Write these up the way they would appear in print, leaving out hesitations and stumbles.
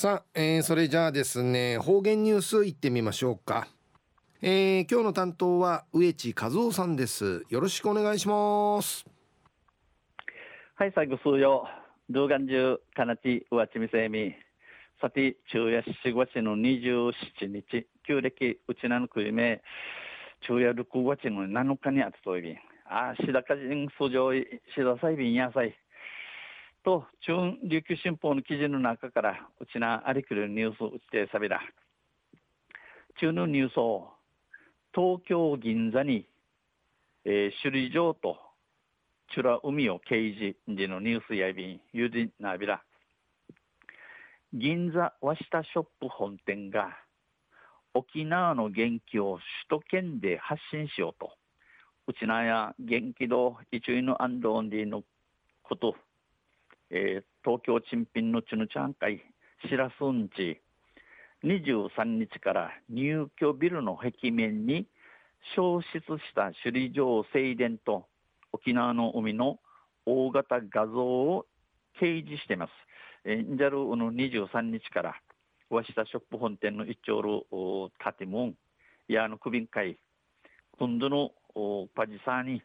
さあ、それじゃあですね、方言ニュースいってみましょうか。今日の担当は植地和夫さんです。よろしくお願いします。 はい、最後数曜、動画中、かなち、うわちみせみ、さて、昼夜4月の27日、旧暦、うちなのくいめ、昼夜6月の7日にあつといびん、しだかじん、数上、しださいびんやさい、と、中琉球新報の記事の中から、うちなありくるニュースうちてさびら、中のニュースを、東京銀座に、首里城と、チュラ海を掲示時のニュースやびん、ゆりなびら。銀座和下ショップ本店が沖縄の元気を首都圏で発信しようと。うちなや元気度一位の安藤でのこと、東京珍品のチュヌチャン会、しらすんち、23日から入居ビルの壁面に消失した首里城正殿と沖縄の海の大型画像を掲示しています。ジャルの23日から和下ショップ本店の一丁る建物やの首ん会今度のパジサーに、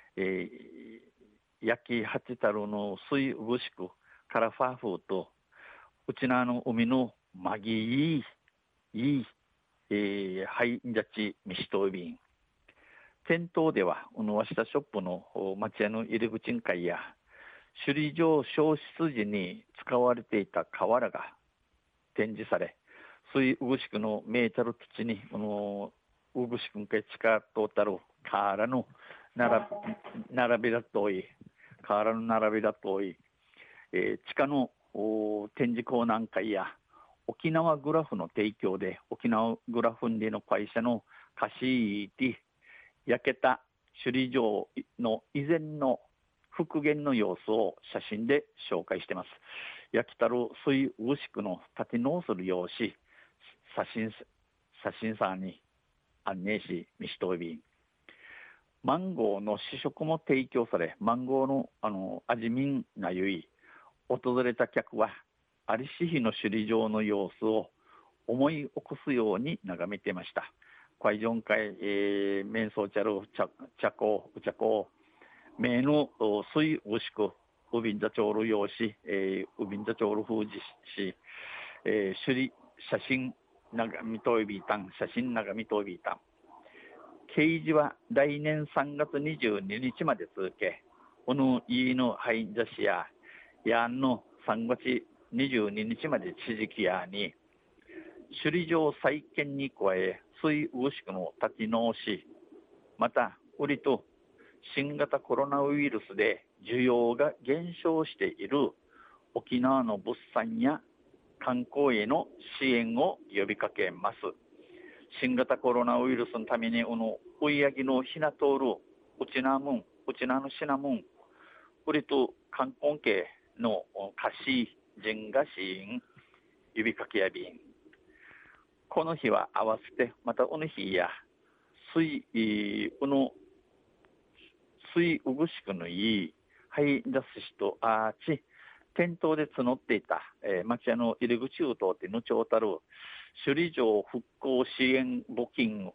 焼き八太郎の水うぶしくカラファーフーとうちなの海のまぎい、はい、んじゃち、みしといびん。店頭では、わしたショップの町屋の入り口ん会や、首里城消失時に使われていた瓦が展示され、水うぐしくのメータル土に、うぐしくんかい近とたる瓦の並びだとい、瓦の並びだとい、地下の展示コーナー会や、沖縄グラフの提供で、沖縄グラフンデの会社の貸し入焼けた首里城の以前の復元の様子を写真で紹介しています。焼きたる水牛久の立て直する様子、写真さんに案内し、見しといびん。マンゴーの試食も提供され、マンゴーの味みんなゆい、訪れた客は、ありし日の首里城の様子を思い起こすように眺めていました。会場会、面相ちゃる茶子、うちゃこ、名の水牛久、ウビンザチョール用紙、ウビンザチョール封じし、首里写真長見といびいたん、写真長見といびいたん。掲示は来年3月22日まで続け、この家の廃座しや、やんの3月22日まで地域やに、首里城再建に加え、水牛宿の立ち直し、また、売りと新型コロナウイルスで需要が減少している沖縄の物産や観光への支援を呼びかけます。新型コロナウイルスのために、追い上げのひな通る、うちなむん、うちなのしなむん、売りと観光系の貸し、人が支援、呼びかけやびん。この日は合わせて、またこの日や、この水うぐしくのいい、はい出す人、店頭で募っていた、町屋の入り口を通ってぬちょうたる、首里城復興支援募金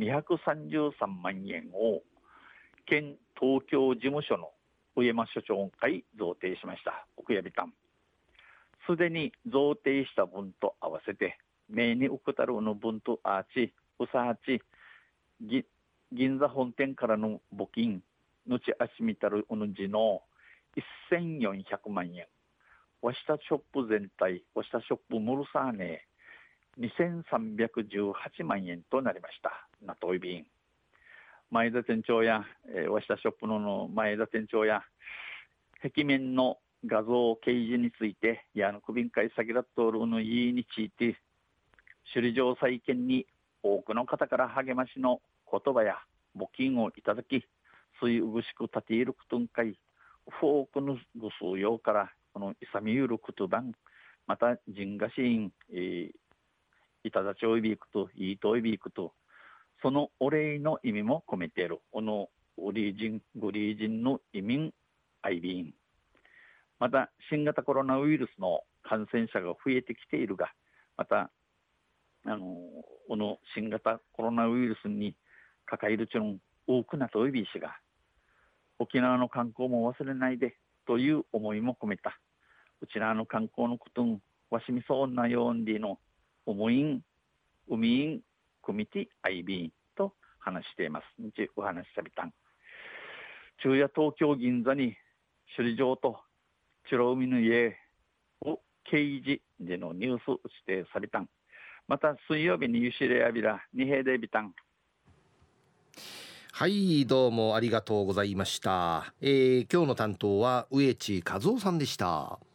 233万円を、県東京事務所の上間所長会贈呈しました。奥やびたん。すでに贈呈した分と合わせて、名にうくたるの分とうさあち、銀座本店からの募金、のちあしみたるうぬじの1400万円。わしたショップ全体、わしたショップムルサーネ、2318万円となりました。なといびん。前田店長や、わしたショップの前田店長や、壁面の画像掲示について、やのくびん会先だっとるのいいについて、首里城再建に多くの方から励ましの言葉や募金をいただき、水うぐしく立ていることんかい、フォークのぐすうようから、このいさみゆることばん、また人がしん、いただちおいびくと、いいといびくと、そのお礼の意味も込めている、このグリージンの意味、アイビン。また、新型コロナウイルスの感染者が増えてきているが、またこの新型コロナウイルスに抱えるちの多くなといびしが、沖縄の観光も忘れないでという思いも込めたうちらの観光のことんわしみそうなようんでの思いん海ん組みてアイビーと話しています。日お話しさびたん昼夜東京銀座に首里城と白海の家を掲示でのニュース指定されたん。また水曜日にユシレアビラ二平でビタン。 はい、どうもありがとうございました。今日の担当は植地和夫さんでした。